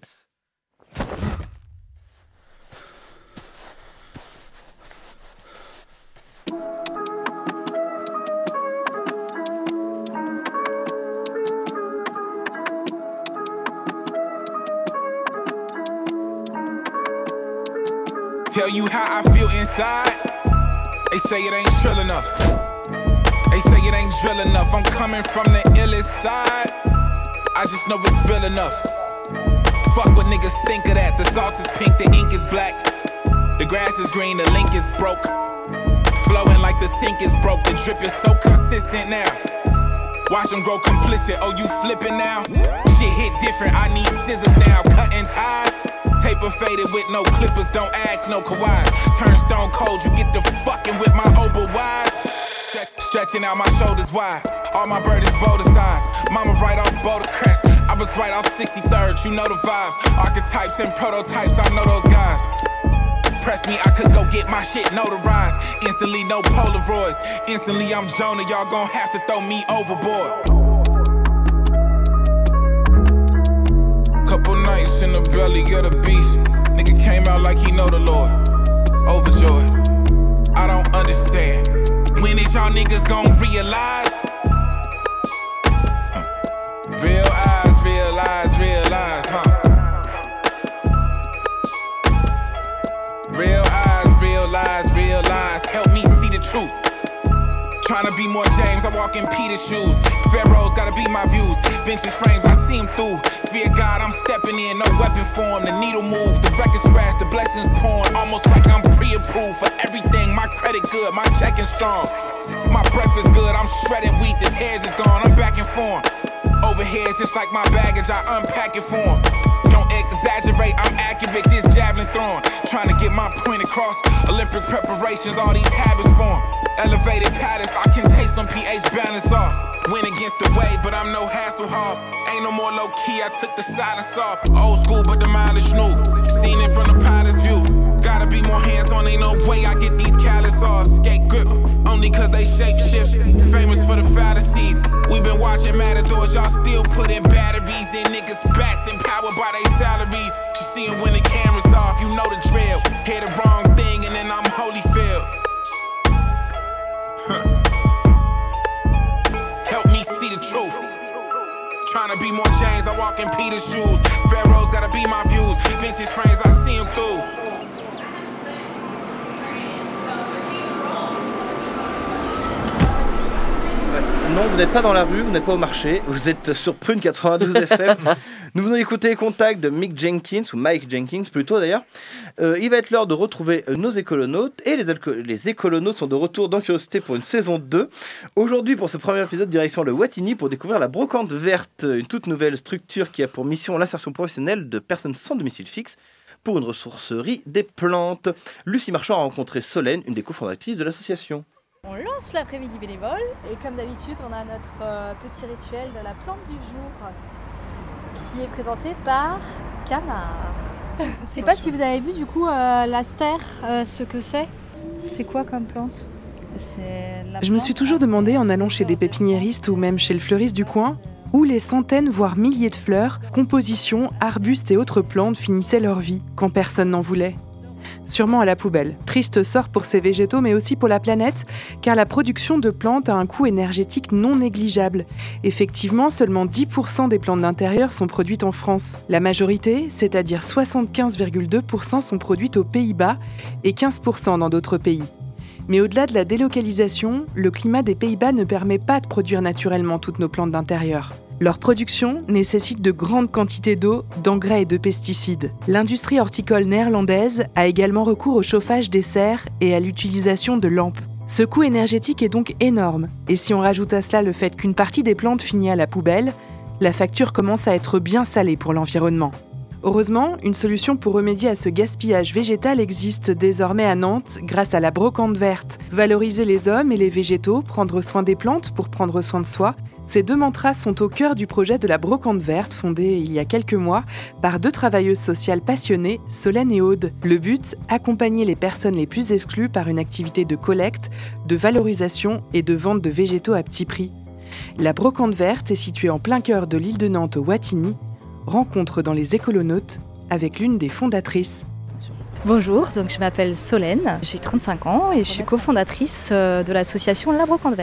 Tell you how I feel inside. They say it ain't trill enough. They say it ain't drill enough. I'm coming from the illest side. I just know it's real enough. Fuck what niggas think of that. The salt is pink, the ink is black. The grass is green, the link is broke. Flowing like the sink is broke. The drip is so consistent now. Watch them grow complicit. Oh, you flipping now? Shit hit different. I need scissors now. Cutting ties. Taper faded with no clippers. Don't ask no Kawhis. Turn stone cold. You get the fucking with my Opal wise. Stretching out my shoulders wide. All my burdens boulder size. Mama right off Boulder Crest. I was right off 63rd. You know the vibes. Archetypes and prototypes. I know those guys. Press me, I could go get my shit notarized. Instantly, no Polaroids. Instantly, I'm Jonah. Y'all gon' have to throw me overboard. Couple nights in the belly of the beast. Nigga came out like he know the Lord. Overjoyed. I don't understand. When is y'all niggas gon' realize? Real eyes, realize, realize, huh? Real eyes, realize, realize. Help me see the truth. Tryna be more James, I walk in Peter's shoes. Sparrows gotta be my views. Vintage frames, I see him through. Fear God, I'm stepping in, no weapon form. The needle move, the record scratch, the blessings pouring. Almost like I'm pre-approved for everything. My credit good, my check is strong. My breakfast good, I'm shredding wheat, the tears is gone. I'm back in form. Overhead, just like my baggage, I unpack it for him. Don't exaggerate, I'm accurate, this javelin throwing. Trying to get my point across. Olympic preparations, all these habits form. Elevated patterns, I can taste some pH balance off. Went against the wave, but I'm no Hasselhoff. Ain't no more low key, I took the silence off. Old school, but the mileage new. Seen it from the pilot's view. Gotta be more hands on, ain't no way I get these callous off. Skate grip, only cause they shape shift. Famous for the fallacies. We been watching Matadors, y'all still putting batteries in niggas' backs, empowered by their salaries. You see 'em when the camera's off, you know the drill. Hear the wrong thing and then I'm Holyfield. Help me see the truth. Tryna be more James, I walk in Peter's shoes. Sparrows gotta be my views. Vintage frames, I see 'em through. Non, vous n'êtes pas dans la rue, vous n'êtes pas au marché, vous êtes sur Prune 92 FM. Nous venons d'écouter Contact de Mike Jenkins plutôt d'ailleurs. Il va être l'heure de retrouver nos écolonautes, et les écolonautes sont de retour dans Curiosité pour une saison 2. Aujourd'hui, pour ce premier épisode, direction le Wattignies pour découvrir la Brocante Verte, une toute nouvelle structure qui a pour mission l'insertion professionnelle de personnes sans domicile fixe pour une ressourcerie des plantes. Lucie Marchand a rencontré Solène, une des cofondatrices de l'association. On lance l'après-midi bénévole et comme d'habitude on a notre petit rituel de la plante du jour qui est présenté par Camar. Je ne sais pas si vous avez vu du coup l'astère, ce que c'est. C'est quoi comme plante ? Je me suis toujours demandé en allant chez des pépiniéristes ou même chez le fleuriste du coin où les centaines voire milliers de fleurs, compositions, arbustes et autres plantes finissaient leur vie quand personne n'en voulait. Sûrement à la poubelle. Triste sort pour ces végétaux, mais aussi pour la planète, car la production de plantes a un coût énergétique non négligeable. Effectivement, seulement 10% des plantes d'intérieur sont produites en France. La majorité, c'est-à-dire 75,2%, sont produites aux Pays-Bas et 15% dans d'autres pays. Mais au-delà de la délocalisation, le climat des Pays-Bas ne permet pas de produire naturellement toutes nos plantes d'intérieur. Leur production nécessite de grandes quantités d'eau, d'engrais et de pesticides. L'industrie horticole néerlandaise a également recours au chauffage des serres et à l'utilisation de lampes. Ce coût énergétique est donc énorme. Et si on rajoute à cela le fait qu'une partie des plantes finit à la poubelle, la facture commence à être bien salée pour l'environnement. Heureusement, une solution pour remédier à ce gaspillage végétal existe désormais à Nantes grâce à la Brocante Verte. Valoriser les hommes et les végétaux, prendre soin des plantes pour prendre soin de soi, ces deux mantras sont au cœur du projet de la Brocante Verte, fondée il y a quelques mois par deux travailleuses sociales passionnées, Solène et Aude. Le but, accompagner les personnes les plus exclues par une activité de collecte, de valorisation et de vente de végétaux à petit prix. La Brocante Verte est située en plein cœur de l'île de Nantes au Wattignies. Rencontre dans les écolonautes avec l'une des fondatrices. Bonjour, donc je m'appelle Solène, j'ai 35 ans et je suis cofondatrice de l'association La Brocante Verte.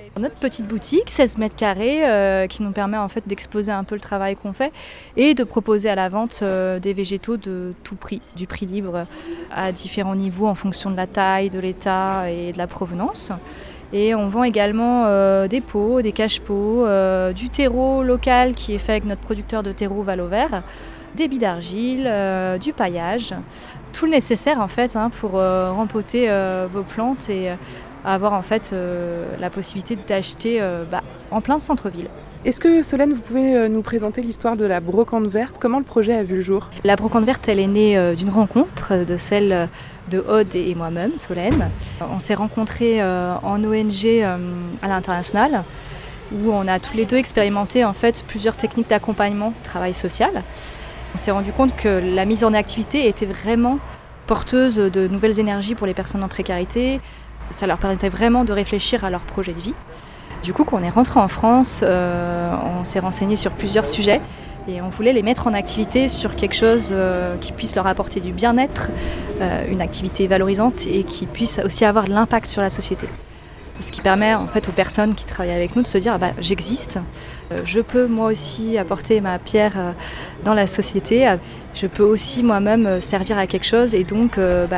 Notre petite boutique, 16 mètres carrés, qui nous permet en fait d'exposer un peu le travail qu'on fait et de proposer à la vente des végétaux de tout prix, du prix libre à différents niveaux en fonction de la taille, de l'état et de la provenance. Et on vend également des pots, des cache-pots, du terreau local qui est fait avec notre producteur de terreau Valovert, des billes d'argile, du paillage, tout le nécessaire en fait pour rempoter vos plantes et avoir en fait la possibilité d'acheter en plein centre-ville. Est-ce que Solène, vous pouvez nous présenter l'histoire de la brocante verte? Comment le projet a vu le jour? La brocante verte, elle est née d'une rencontre de celle de Aude et moi-même, Solène. On s'est rencontrés en ONG à l'international où on a tous les deux expérimenté en fait plusieurs techniques d'accompagnement, travail social. On s'est rendu compte que la mise en activité était vraiment porteuse de nouvelles énergies pour les personnes en précarité. Ça leur permettait vraiment de réfléchir à leur projet de vie. Du coup, quand on est rentré en France, on s'est renseigné sur plusieurs sujets et on voulait les mettre en activité sur quelque chose qui puisse leur apporter du bien-être, une activité valorisante et qui puisse aussi avoir de l'impact sur la société. Ce qui permet en fait aux personnes qui travaillent avec nous de se dire j'existe, je peux moi aussi apporter ma pierre dans la société, je peux aussi moi-même servir à quelque chose et donc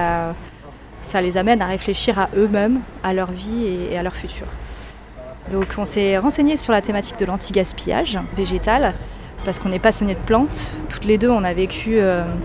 ça les amène à réfléchir à eux-mêmes, à leur vie et à leur futur. Donc on s'est renseigné sur la thématique de l'anti-gaspillage végétal parce qu'on est passionnés de plantes. Toutes les deux on a vécu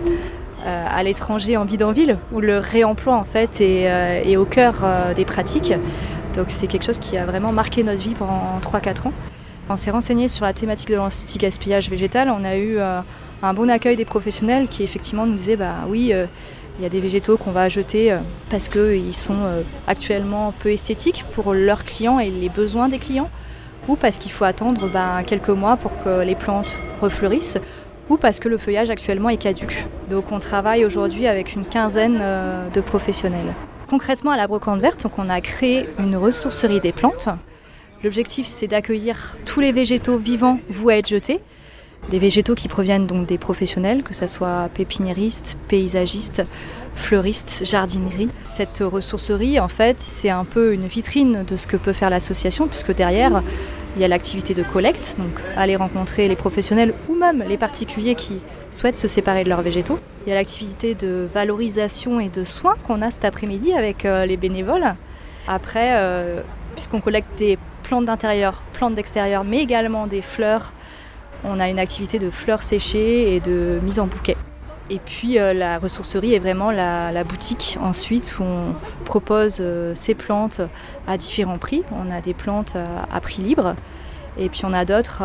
à l'étranger en bidonville où le réemploi en fait est au cœur des pratiques. Donc c'est quelque chose qui a vraiment marqué notre vie pendant 3-4 ans. On s'est renseigné sur la thématique de l'anti-gaspillage végétal. On a eu un bon accueil des professionnels qui effectivement nous disaient oui, il y a des végétaux qu'on va jeter parce qu'ils sont actuellement peu esthétiques pour leurs clients et les besoins des clients, ou parce qu'il faut attendre quelques mois pour que les plantes refleurissent, ou parce que le feuillage actuellement est caduc. Donc on travaille aujourd'hui avec une quinzaine de professionnels. Concrètement, à la brocante verte, donc on a créé une ressourcerie des plantes. L'objectif, c'est d'accueillir tous les végétaux vivants voués à être jetés. Des végétaux qui proviennent donc des professionnels, que ce soit pépiniéristes, paysagistes, fleuristes, jardinerie. Cette ressourcerie, en fait, c'est un peu une vitrine de ce que peut faire l'association, puisque derrière, il y a l'activité de collecte, donc aller rencontrer les professionnels ou même les particuliers qui souhaitent se séparer de leurs végétaux. Il y a l'activité de valorisation et de soins qu'on a cet après-midi avec les bénévoles. Après, puisqu'on collecte des plantes d'intérieur, plantes d'extérieur, mais également des fleurs, on a une activité de fleurs séchées et de mise en bouquet. Et puis la ressourcerie est vraiment la boutique ensuite où on propose ces plantes à différents prix. On a des plantes à prix libre et puis on a d'autres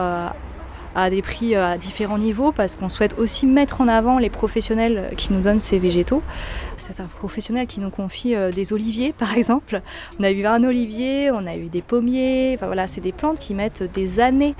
à des prix à différents niveaux parce qu'on souhaite aussi mettre en avant les professionnels qui nous donnent ces végétaux. C'est un professionnel qui nous confie des oliviers par exemple. On a eu un olivier, on a eu des pommiers, c'est des plantes qui mettent des années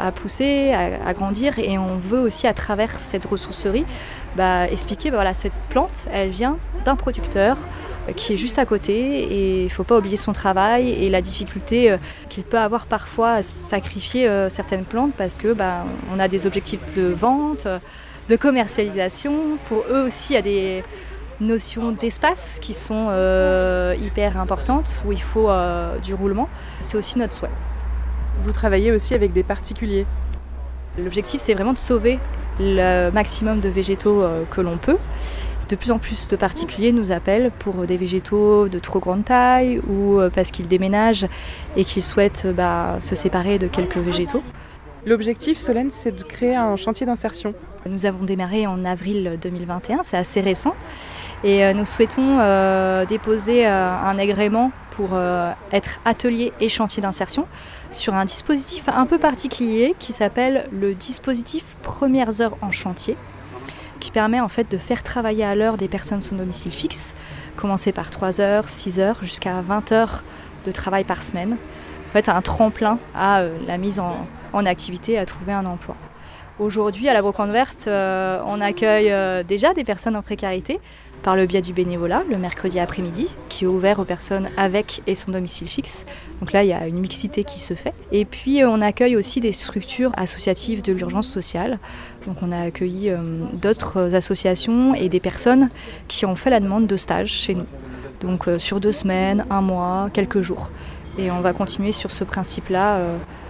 à pousser, à grandir et on veut aussi à travers cette ressourcerie expliquer cette plante elle vient d'un producteur qui est juste à côté et il ne faut pas oublier son travail et la difficulté qu'il peut avoir parfois à sacrifier certaines plantes parce que on a des objectifs de vente, de commercialisation. Pour eux aussi, il y a des notions d'espace qui sont hyper importantes où il faut du roulement. C'est aussi notre souhait. Vous travaillez aussi avec des particuliers. L'objectif, c'est vraiment de sauver le maximum de végétaux que l'on peut. De plus en plus de particuliers nous appellent pour des végétaux de trop grande taille ou parce qu'ils déménagent et qu'ils souhaitent se séparer de quelques végétaux. L'objectif, Solène, c'est de créer un chantier d'insertion. Nous avons démarré en avril 2021, c'est assez récent. Et nous souhaitons déposer un agrément pour être atelier et chantier d'insertion sur un dispositif un peu particulier qui s'appelle le dispositif Premières heures en chantier, qui permet en fait de faire travailler à l'heure des personnes sans domicile fixe, commencer par 3 heures, 6 heures, jusqu'à 20 heures de travail par semaine. En fait, un tremplin à la mise en activité, à trouver un emploi. Aujourd'hui, à la brocante verte, on accueille déjà des personnes en précarité par le biais du bénévolat, le mercredi après-midi, qui est ouvert aux personnes avec et sans domicile fixe. Donc là, il y a une mixité qui se fait. Et puis, on accueille aussi des structures associatives de l'urgence sociale. Donc on a accueilli d'autres associations et des personnes qui ont fait la demande de stage chez nous. Donc sur 2 semaines, 1 mois, quelques jours. Et on va continuer sur ce principe-là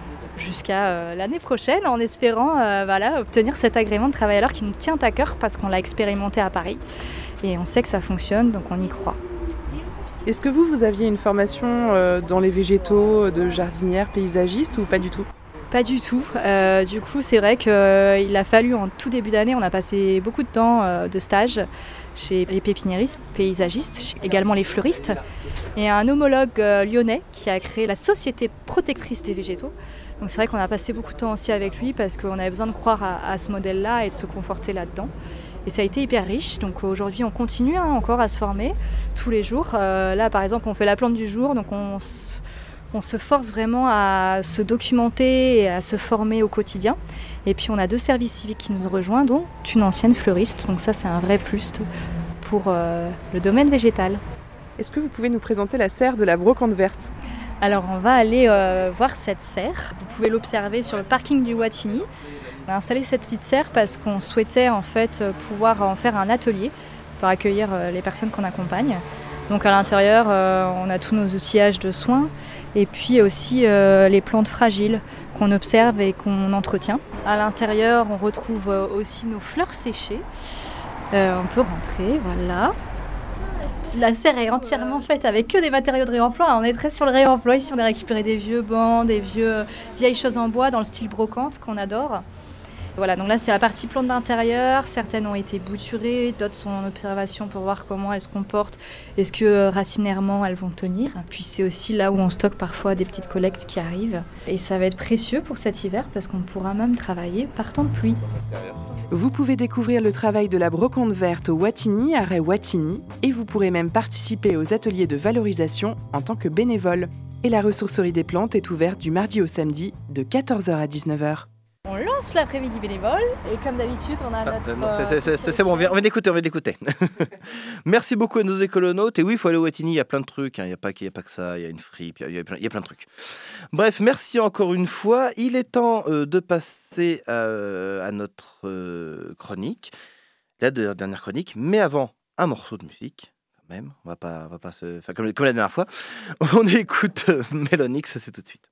jusqu'à l'année prochaine en espérant obtenir cet agrément de travail à l'heure qui nous tient à cœur parce qu'on l'a expérimenté à Paris et on sait que ça fonctionne, donc on y croit. Est-ce que vous aviez une formation dans les végétaux de jardinière paysagiste ou pas du tout ? Pas du tout. Du coup, c'est vrai qu'il a fallu, en tout début d'année, on a passé beaucoup de temps de stage chez les pépiniéristes paysagistes, également les fleuristes, et un homologue lyonnais qui a créé la Société protectrice des végétaux. Donc c'est vrai qu'on a passé beaucoup de temps aussi avec lui parce qu'on avait besoin de croire à ce modèle-là et de se conforter là-dedans. Et ça a été hyper riche, donc aujourd'hui on continue encore à se former tous les jours. Là par exemple on fait la plante du jour, donc on se force vraiment à se documenter et à se former au quotidien. Et puis on a 2 services civiques qui nous rejoignent, dont une ancienne fleuriste, donc ça c'est un vrai plus pour le domaine végétal. Est-ce que vous pouvez nous présenter la serre de la Brocante verte ? Alors on va aller voir cette serre, vous pouvez l'observer sur le parking du Wattignies. On a installé cette petite serre parce qu'on souhaitait en fait pouvoir en faire un atelier pour accueillir les personnes qu'on accompagne. Donc à l'intérieur, on a tous nos outillages de soins et puis aussi les plantes fragiles qu'on observe et qu'on entretient. À l'intérieur, on retrouve aussi nos fleurs séchées. On peut rentrer, voilà. La serre est entièrement faite avec que des matériaux de réemploi. On est très sur le réemploi. Ici, on a récupéré des vieux bancs, des vieilles choses en bois dans le style brocante qu'on adore. Voilà, donc là c'est la partie plante d'intérieur, certaines ont été bouturées, d'autres sont en observation pour voir comment elles se comportent, est-ce que racinairement elles vont tenir. Puis c'est aussi là où on stocke parfois des petites collectes qui arrivent. Et ça va être précieux pour cet hiver parce qu'on pourra même travailler par temps de pluie. Vous pouvez découvrir le travail de la Brocante verte au Wattignies, arrêt Wattignies, et vous pourrez même participer aux ateliers de valorisation en tant que bénévole. Et la ressourcerie des plantes est ouverte du mardi au samedi de 14h à 19h. On lance l'après-midi bénévole et comme d'habitude on a notre... C'est bon, on vient d'écouter. Merci beaucoup à nos écolonautes. Et oui, il faut aller au Wattignies, il y a plein de trucs. Il n'y a pas que ça, il y a une fripe, il y a plein de trucs. Bref, merci encore une fois. Il est temps de passer à notre chronique, la dernière chronique. Mais avant, un morceau de musique. Quand même, on va pas se... Enfin, comme la dernière fois, on écoute Mélonix, c'est tout de suite.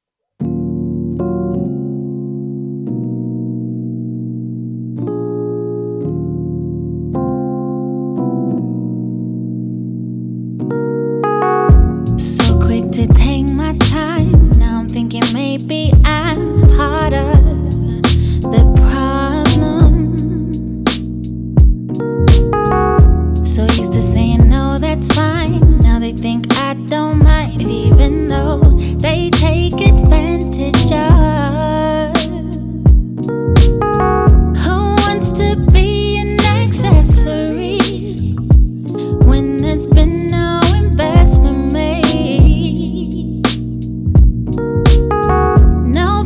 Maybe I'm part of the problem. So used to saying no, that's fine. Now they think I don't mind, even though they take advantage of. Who wants to be an accessory when there's been no investment made? No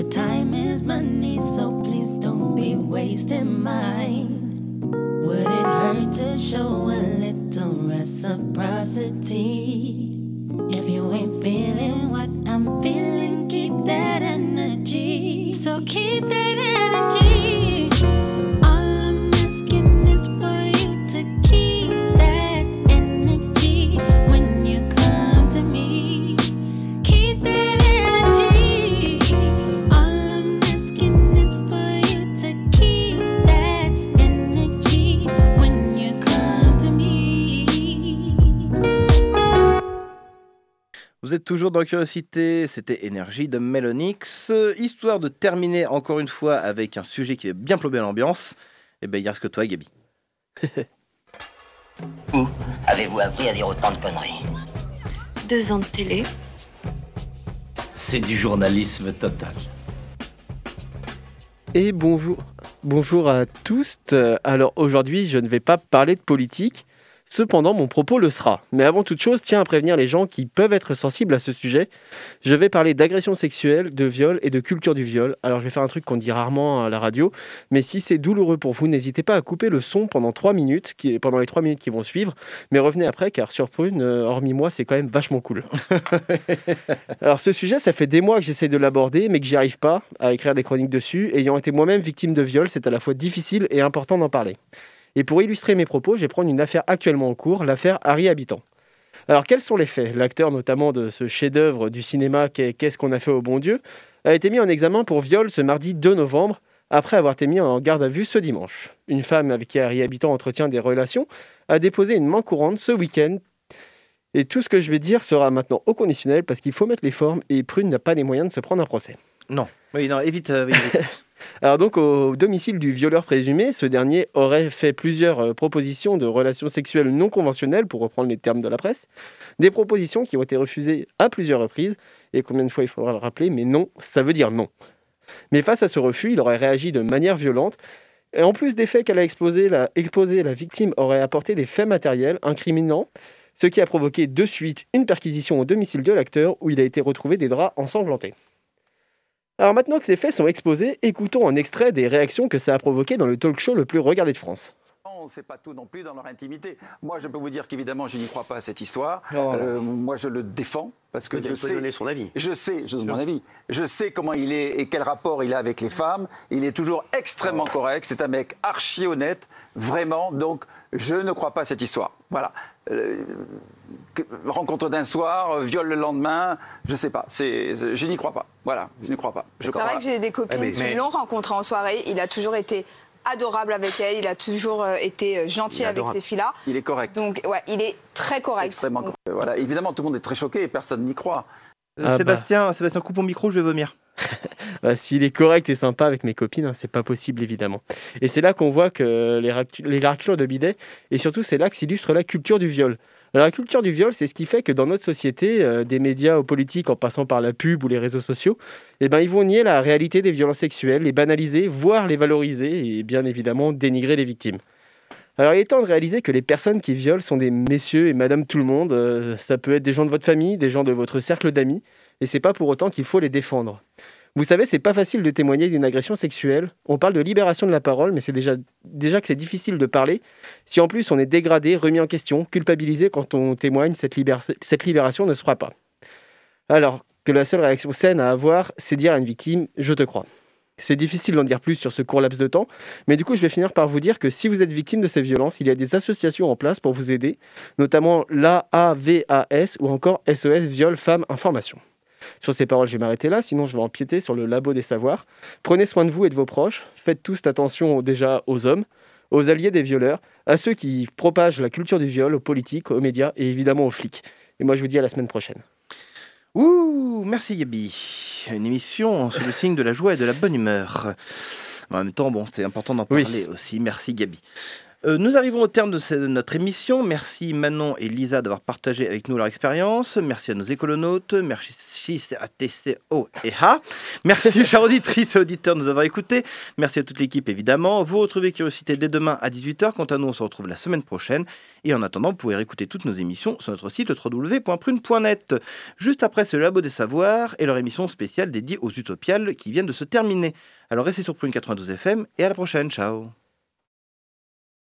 Time is money, so please don't be wasting mine. Would it hurt to show a little reciprocity? If you ain't feeling what I'm feeling, keep that energy. So keep that energy. All I'm asking is for you to keep that energy when you come to me. Keep that energy. All I'm asking is for you to keep that energy when you come to me. Vous êtes toujours dans Curiosité, c'était Énergie de Melonix. Histoire de terminer encore une fois avec un sujet qui est bien plombé l'ambiance, et ben il reste que toi, Gabi. Où avez-vous appris à dire autant de conneries? 2 ans de télé. C'est du journalisme total. Et bonjour à tous. Alors aujourd'hui, je ne vais pas parler de politique. Cependant, mon propos le sera. Mais avant toute chose, tiens à prévenir les gens qui peuvent être sensibles à ce sujet. Je vais parler d'agression sexuelle, de viol et de culture du viol. Alors je vais faire un truc qu'on dit rarement à la radio, mais si c'est douloureux pour vous, n'hésitez pas à couper le son pendant 3 minutes, pendant les 3 minutes qui vont suivre, mais revenez après, car sur Prune, hormis moi, c'est quand même vachement cool. Alors ce sujet, ça fait des mois que j'essaie de l'aborder, mais que j'y arrive pas à écrire des chroniques dessus. Ayant été moi-même victime de viol, c'est à la fois difficile et important d'en parler. Et pour illustrer mes propos, je vais prendre une affaire actuellement en cours, l'affaire Harry Habitant. Alors, quels sont les faits ? L'acteur, notamment de ce chef-d'œuvre du cinéma Qu'est-ce qu'on a fait au bon Dieu, a été mis en examen pour viol ce mardi 2 novembre, après avoir été mis en garde à vue ce dimanche. Une femme avec qui Harry Habitant entretient des relations a déposé une main courante ce week-end. Et tout ce que je vais dire sera maintenant au conditionnel, parce qu'il faut mettre les formes, et Prune n'a pas les moyens de se prendre un procès. Non, évite. Alors donc, au domicile du violeur présumé, ce dernier aurait fait plusieurs propositions de relations sexuelles non conventionnelles, pour reprendre les termes de la presse. Des propositions qui ont été refusées à plusieurs reprises. Et combien de fois il faudra le rappeler, mais non, ça veut dire non. Mais face à ce refus, il aurait réagi de manière violente. Et en plus des faits qu'elle a exposés, la victime aurait apporté des faits matériels incriminants, ce qui a provoqué de suite une perquisition au domicile de l'acteur, où il a été retrouvé des draps ensanglantés. Alors maintenant que ces faits sont exposés, écoutons un extrait des réactions que ça a provoqué dans le talk show le plus regardé de France. On ne sait pas tout non plus dans leur intimité. Moi, je peux vous dire qu'évidemment, je n'y crois pas à cette histoire. Moi, je le défends parce que je sais. Donner son avis. Je donne mon avis. Je sais comment il est et quel rapport il a avec les femmes. Il est toujours extrêmement correct. C'est un mec archi honnête, vraiment. Donc, je ne crois pas à cette histoire. Voilà. Rencontre d'un soir, viol le lendemain, je sais pas. Je n'y crois pas. Voilà, je n'y crois pas. C'est vrai que j'ai des copines qui l'ont rencontré en soirée. Il a toujours été adorable avec elle, il a toujours été gentil avec ces filles-là. Il est correct. Donc, ouais, il est très correct. Extrêmement correct. Voilà. Évidemment, tout le monde est très choqué et personne n'y croit. Sébastien, coupe mon micro, je vais vomir. S'il est correct et sympa avec mes copines, hein, c'est pas possible évidemment. Et c'est là qu'on voit que les raclures de bidet, et surtout c'est là que s'illustre la culture du viol. Alors, la culture du viol, c'est ce qui fait que dans notre société, des médias aux politiques en passant par la pub ou les réseaux sociaux, ils vont nier la réalité des violences sexuelles, les banaliser, voire les valoriser et bien évidemment dénigrer les victimes. Alors il est temps de réaliser que les personnes qui violent sont des messieurs et madame tout le monde. Ça peut être des gens de votre famille, des gens de votre cercle d'amis, et c'est pas pour autant qu'il faut les défendre. Vous savez, c'est pas facile de témoigner d'une agression sexuelle. On parle de libération de la parole, mais c'est déjà que c'est difficile de parler. Si en plus on est dégradé, remis en question, culpabilisé quand on témoigne, cette libération ne se fera pas. Alors que la seule réaction saine à avoir, c'est dire à une victime « je te crois ». C'est difficile d'en dire plus sur ce court laps de temps, mais du coup je vais finir par vous dire que si vous êtes victime de ces violences, il y a des associations en place pour vous aider, notamment l'AAVAS ou encore SOS Viol Femmes Information. Sur ces paroles, je vais m'arrêter là, sinon je vais empiéter sur le labo des savoirs. Prenez soin de vous et de vos proches, faites tous attention déjà aux hommes, aux alliés des violeurs, à ceux qui propagent la culture du viol, aux politiques, aux médias et évidemment aux flics. Et moi je vous dis à la semaine prochaine. Ouh, merci Gabi. Une émission sous le signe de la joie et de la bonne humeur. En même temps, c'était important d'en parler aussi. Merci Gabi. Nous arrivons au terme de notre émission. Merci Manon et Lisa d'avoir partagé avec nous leur expérience. Merci à nos écolonautes. Merci à TCO et H. Merci chères auditrices et auditeurs de nous avoir écoutés. Merci à toute l'équipe évidemment. Vous retrouvez Curiosité dès demain à 18h. Quant à nous, on se retrouve la semaine prochaine. Et en attendant, vous pouvez réécouter toutes nos émissions sur notre site www.prune.net. Juste après, c'est le Labo des Savoirs et leur émission spéciale dédiée aux utopiales qui viennent de se terminer. Alors restez sur Prune 92 FM et à la prochaine. Ciao.